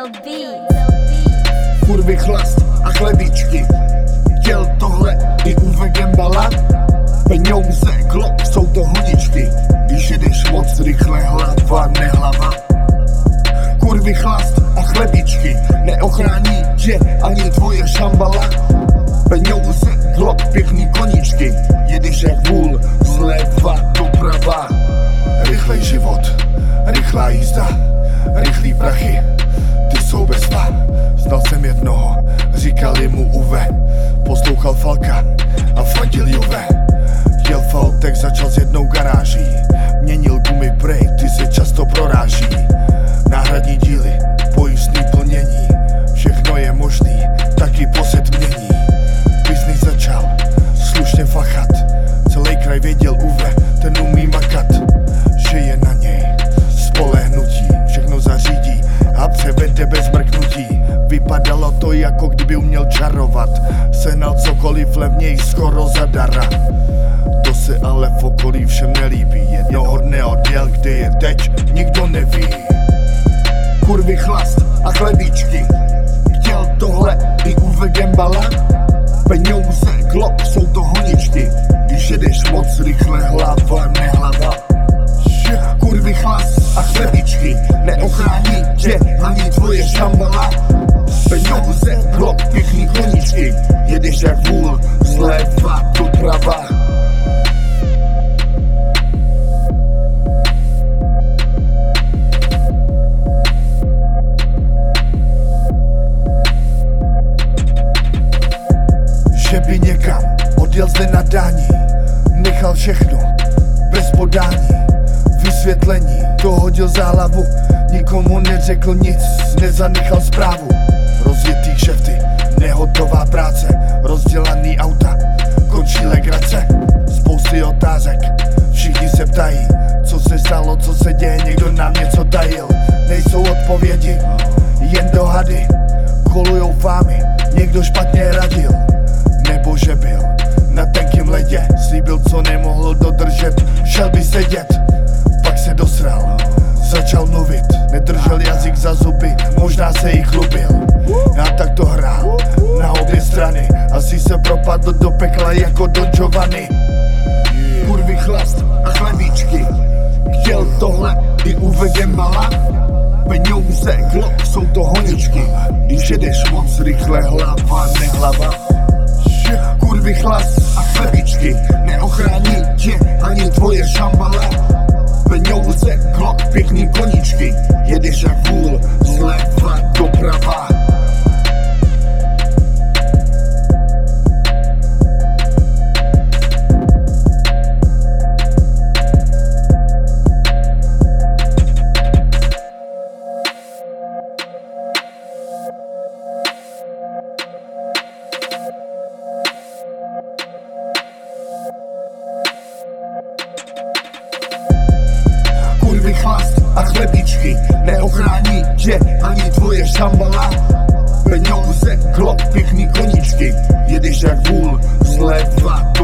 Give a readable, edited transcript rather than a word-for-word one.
Kurvy chlast a chlebičky, chtěl tohle i Uwe Gembala. Peníze, Glock, jsou to honičky, když jedeš moc rychle, hlava, nehlava. Kurvy chlast a chlebičky, neochrání tě ani tvoje šambala. Peníze, Glock, pěkný koníčky, jedeš jak vůl, zleva doprava. Rychlej život, rychlá jízda, rychlý prachy, ty jsou bezva. Znal jsem jednoho, říkali mu Uwe, poslouchal Falka a fandil Juve. Jel v autech, začal s jednou garáží, měnil gumy, prej, ty se často proráží. Náhradní díly, pojistný plnění, všechno je možný, taky posetmění. Biznis začal slušně fachat, celý kraj věděl Uwe, ten umí makat. Že je na něj spolehnutí, všechno zařídí a převede bez mrknutí. Vypadalo to, jako kdyby uměl čarovat, sehnal cokoliv levněji skoro zadara. To se ale v okolí všem nelíbí, jednoho dne odjel, kde je teď, nikdo neví. Kurvy chlast a chlebičky, chtěl tohle i Uwe Gembala. Peníze, Glock, jsou to honičky, když jedeš moc rychle, hlava, nehlava. Kurvy chlast a chlebičky, neochrání tě ani tvoje šambala. Peníze, Glock, pěkný koníčky, jedeš jak vůl, zleva doprava. Že by někam odjel zde nadání, nechal všechno bez podání. Vysvětlení to hodil za hlavu, nikomu neřekl nic, nezanechal zprávu. Rozjetý kšefty, nehotová práce, rozdělaný auta, končí legrace. Spousty otázek, všichni se ptají, co se stalo, co se děje, někdo nám něco tajil. Nejsou odpovědi, jen dohady, kolujou fámy, někdo špatně radil. Nebo že byl na tenkým ledě, slíbil, co nemohl dodržet, šel by sedět. Pak se dosral, začal mluvit, nedržel jazyk za zuby, možná se jí chlubil. A tak to hrál na obě strany, asi se propadl do pekla jako Don Giovanni. Kurvy chlast a chlebičky, chtěl tohle i Uwe Gembala. Peníze, Glock, jsou to honičky, když jedeš moc rychle, hlava, nehlava. Kurvy chlast a chlebičky, neochrání tě ani tvoje šambala. Peníze, Glock, pěkný koníčky, jedeš jak vůl, zleva doprava. Kurvy chlast a chlebičky, neochrání tě ani tvoje šambala. Peníze, Glock, pěkný koníčky, jedeš jak vůl, zleva